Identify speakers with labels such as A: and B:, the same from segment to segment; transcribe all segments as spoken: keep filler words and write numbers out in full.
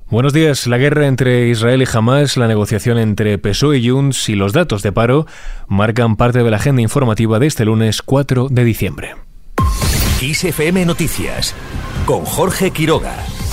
A: Buenos días. La guerra entre Israel y Hamás, la negociación entre P S O E y Junts y los datos de paro marcan parte de la agenda informativa de este lunes cuatro de diciembre.
B: Kiss F M Noticias, con Jorge Quiroga.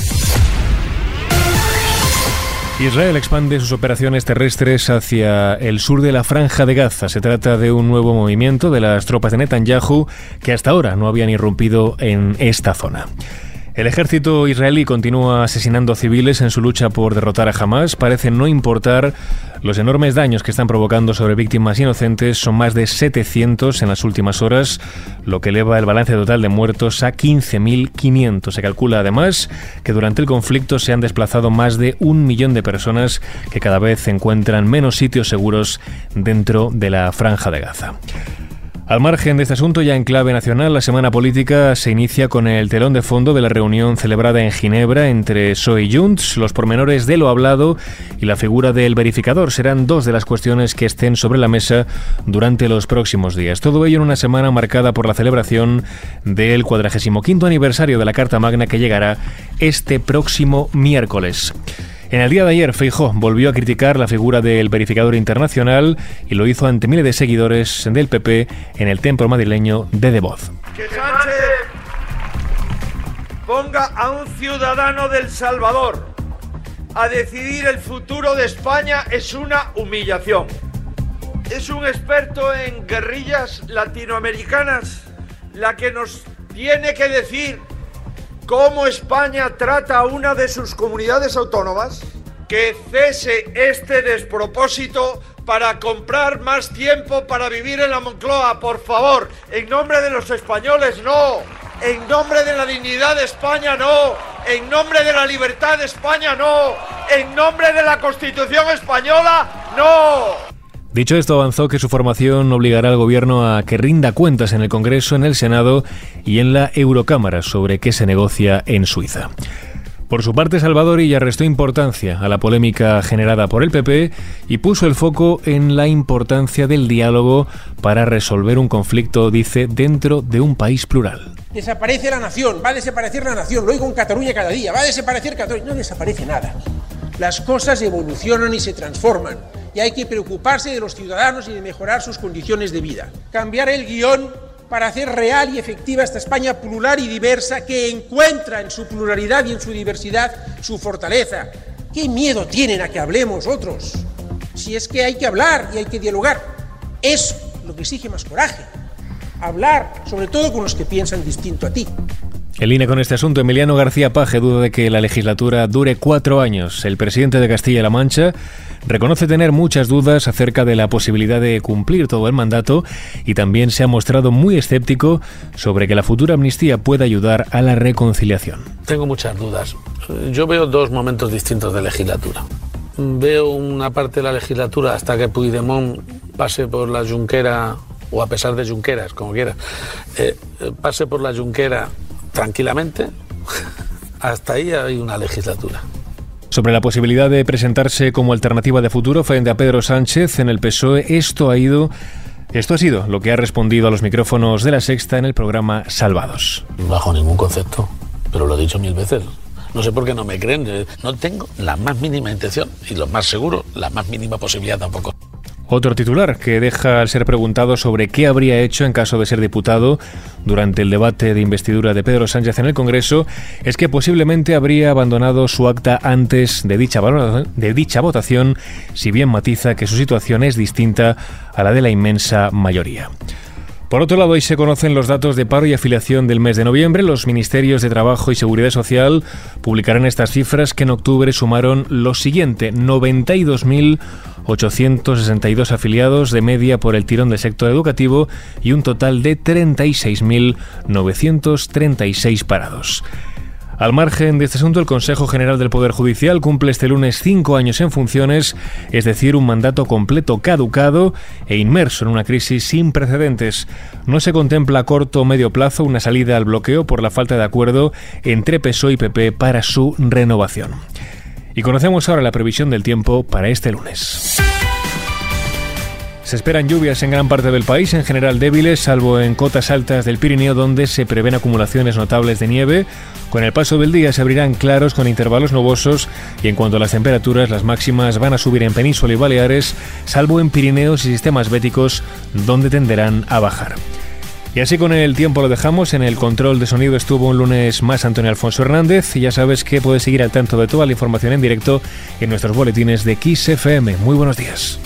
A: Israel expande sus operaciones terrestres hacia el sur de la Franja de Gaza. Se trata de un nuevo movimiento de las tropas de Netanyahu que hasta ahora no habían irrumpido en esta zona. El ejército israelí continúa asesinando civiles en su lucha por derrotar a Hamás. Parece no importar los enormes daños que están provocando sobre víctimas inocentes. Son más de setecientos en las últimas horas, lo que eleva el balance total de muertos a quince mil quinientos. Se calcula además que durante el conflicto se han desplazado más de un millón de personas que cada vez encuentran menos sitios seguros dentro de la Franja de Gaza. Al margen de este asunto, ya en clave nacional, la semana política se inicia con el telón de fondo de la reunión celebrada en Ginebra entre P S O E y Junts. Los pormenores de lo hablado y la figura del verificador serán dos de las cuestiones que estén sobre la mesa durante los próximos días. Todo ello en una semana marcada por la celebración del cuadragésimo quinto aniversario de la Carta Magna, que llegará este próximo miércoles. En el día de ayer, Feijóo volvió a criticar la figura del verificador internacional y lo hizo ante miles de seguidores del P P en el templo madrileño de The Voz.
C: Que Sánchez ponga a un ciudadano del Salvador a decidir el futuro de España es una humillación. Es un experto en guerrillas latinoamericanas la que nos tiene que decir cómo España trata a una de sus comunidades autónomas. Que cese este despropósito para comprar más tiempo para vivir en la Moncloa, por favor. En nombre de los españoles, no. En nombre de la dignidad de España, no. En nombre de la libertad de España, no. En nombre de la Constitución española, no.
A: Dicho esto, avanzó que su formación obligará al gobierno a que rinda cuentas en el Congreso, en el Senado y en la Eurocámara sobre qué se negocia en Suiza. Por su parte, Salvador Illa restó importancia a la polémica generada por el P P y puso el foco en la importancia del diálogo para resolver un conflicto, dice, dentro de un país plural.
D: Desaparece la nación, va a desaparecer la nación, lo oigo en Cataluña cada día, va a desaparecer Cataluña. No desaparece nada. Las cosas evolucionan y se transforman. Y hay que preocuparse de los ciudadanos y de mejorar sus condiciones de vida. Cambiar el guión para hacer real y efectiva esta España plural y diversa que encuentra en su pluralidad y en su diversidad su fortaleza. ¿Qué miedo tienen a que hablemos otros? Si es que hay que hablar y hay que dialogar. Es lo que exige más coraje. Hablar, sobre todo con los que piensan distinto a ti.
A: En línea con este asunto, Emiliano García Paje duda de que la legislatura dure cuatro años. El presidente de Castilla-La Mancha reconoce tener muchas dudas acerca de la posibilidad de cumplir todo el mandato y también se ha mostrado muy escéptico sobre que la futura amnistía pueda ayudar a la reconciliación.
E: Tengo muchas dudas. Yo veo dos momentos distintos de legislatura. Veo una parte de la legislatura hasta que Puigdemont pase por la Junquera, o a pesar de Junqueras, como quiera, eh, pase por la Junquera tranquilamente. Hasta ahí hay una legislatura.
A: Sobre la posibilidad de presentarse como alternativa de futuro frente a Pedro Sánchez en el P S O E, esto ha ido, esto ha sido lo que ha respondido a los micrófonos de La Sexta en el programa Salvados.
E: Bajo ningún concepto, pero lo he dicho mil veces. No sé por qué no me creen. No tengo la más mínima intención y lo más seguro, la más mínima posibilidad tampoco.
A: Otro titular que deja al ser preguntado sobre qué habría hecho en caso de ser diputado durante el debate de investidura de Pedro Sánchez en el Congreso es que posiblemente habría abandonado su acta antes de dicha, de dicha votación, si bien matiza que su situación es distinta a la de la inmensa mayoría. Por otro lado, hoy se conocen los datos de paro y afiliación del mes de noviembre. Los ministerios de Trabajo y Seguridad Social publicarán estas cifras, que en octubre sumaron lo siguiente: noventa y dos mil ochocientos sesenta y dos afiliados de media por el tirón del sector educativo y un total de treinta y seis mil novecientos treinta y seis parados. Al margen de este asunto, el Consejo General del Poder Judicial cumple este lunes cinco años en funciones, es decir, un mandato completo caducado e inmerso en una crisis sin precedentes. No se contempla a corto o medio plazo una salida al bloqueo por la falta de acuerdo entre P S O E y P P para su renovación. Y conocemos ahora la previsión del tiempo para este lunes. Se esperan lluvias en gran parte del país, en general débiles, salvo en cotas altas del Pirineo, donde se prevén acumulaciones notables de nieve. Con el paso del día se abrirán claros con intervalos nubosos y en cuanto a las temperaturas, las máximas van a subir en Península y Baleares, salvo en Pirineos y sistemas béticos, donde tenderán a bajar. Y así con el tiempo lo dejamos. En el control de sonido estuvo un lunes más Antonio Alfonso Hernández y ya sabes que puedes seguir al tanto de toda la información en directo en nuestros boletines de Kiss F M. Muy buenos días.